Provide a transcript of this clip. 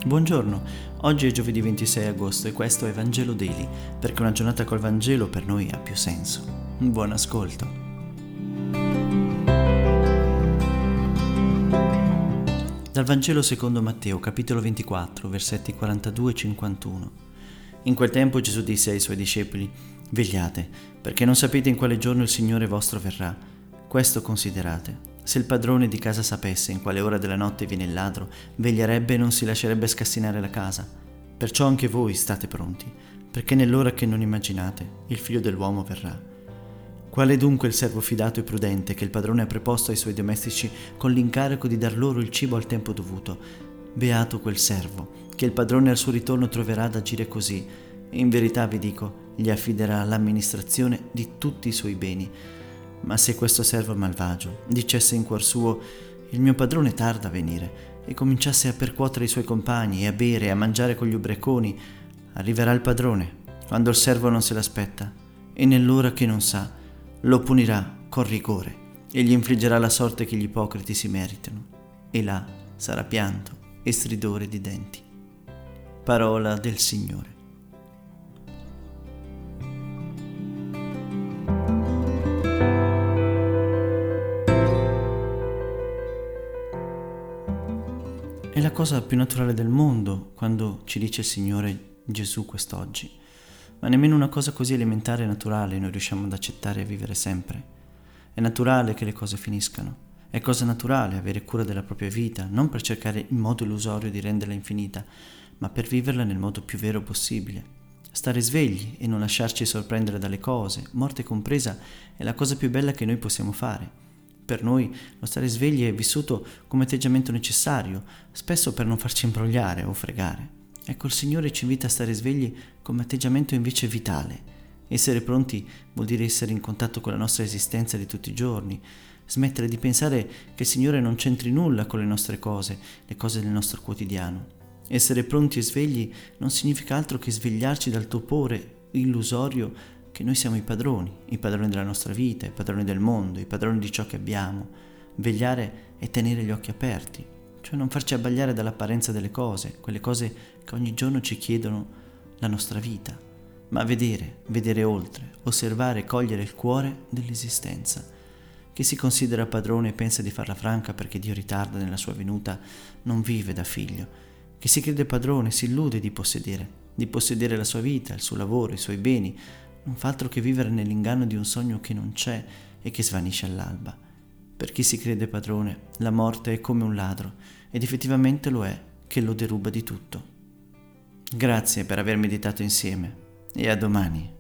Buongiorno, oggi è giovedì 26 agosto e questo è Vangelo Daily, perché una giornata col Vangelo per noi ha più senso. Buon ascolto. Dal Vangelo secondo Matteo, capitolo 24, versetti 42 e 51. In quel tempo Gesù disse ai suoi discepoli: «Vegliate, perché non sapete in quale giorno il Signore vostro verrà. Questo considerate. Se il padrone di casa sapesse in quale ora della notte viene il ladro, veglierebbe e non si lascerebbe scassinare la casa. Perciò anche voi state pronti, perché nell'ora che non immaginate, il Figlio dell'uomo verrà. Qual è dunque il servo fidato e prudente che il padrone ha preposto ai suoi domestici con l'incarico di dar loro il cibo al tempo dovuto? Beato quel servo, che il padrone al suo ritorno troverà ad agire così. In verità vi dico, gli affiderà l'amministrazione di tutti i suoi beni. Ma se questo servo malvagio dicesse in cuor suo: il mio padrone tarda a venire, e cominciasse a percuotere i suoi compagni e a bere e a mangiare con gli ubriaconi, arriverà il padrone, quando il servo non se l'aspetta, e nell'ora che non sa, lo punirà con rigore e gli infliggerà la sorte che gli ipocriti si meritano. E là sarà pianto e stridore di denti». Parola del Signore. È la cosa più naturale del mondo quando ci dice il Signore Gesù quest'oggi, ma nemmeno una cosa così elementare e naturale noi riusciamo ad accettare e a vivere sempre. È naturale che le cose finiscano, è cosa naturale avere cura della propria vita, non per cercare in modo illusorio di renderla infinita, ma per viverla nel modo più vero possibile. Stare svegli e non lasciarci sorprendere dalle cose, morte compresa, è la cosa più bella che noi possiamo fare. Per noi lo stare svegli è vissuto come atteggiamento necessario, spesso per non farci imbrogliare o fregare. Ecco, il Signore ci invita a stare svegli come atteggiamento invece vitale. Essere pronti vuol dire essere in contatto con la nostra esistenza di tutti i giorni, smettere di pensare che il Signore non c'entri nulla con le nostre cose, le cose del nostro quotidiano. Essere pronti e svegli non significa altro che svegliarci dal topore illusorio che noi siamo i padroni della nostra vita, i padroni del mondo, i padroni di ciò che abbiamo. Vegliare è tenere gli occhi aperti, cioè non farci abbagliare dall'apparenza delle cose, quelle cose che ogni giorno ci chiedono la nostra vita, ma vedere oltre, osservare e cogliere il cuore dell'esistenza. Chi si considera padrone e pensa di farla franca perché Dio ritarda nella sua venuta non vive da figlio. Chi si crede padrone si illude di possedere la sua vita, il suo lavoro, i suoi beni, non fa altro che vivere nell'inganno di un sogno che non c'è e che svanisce all'alba. Per chi si crede padrone, la morte è come un ladro, ed effettivamente lo è, che lo deruba di tutto. Grazie per aver meditato insieme, e a domani.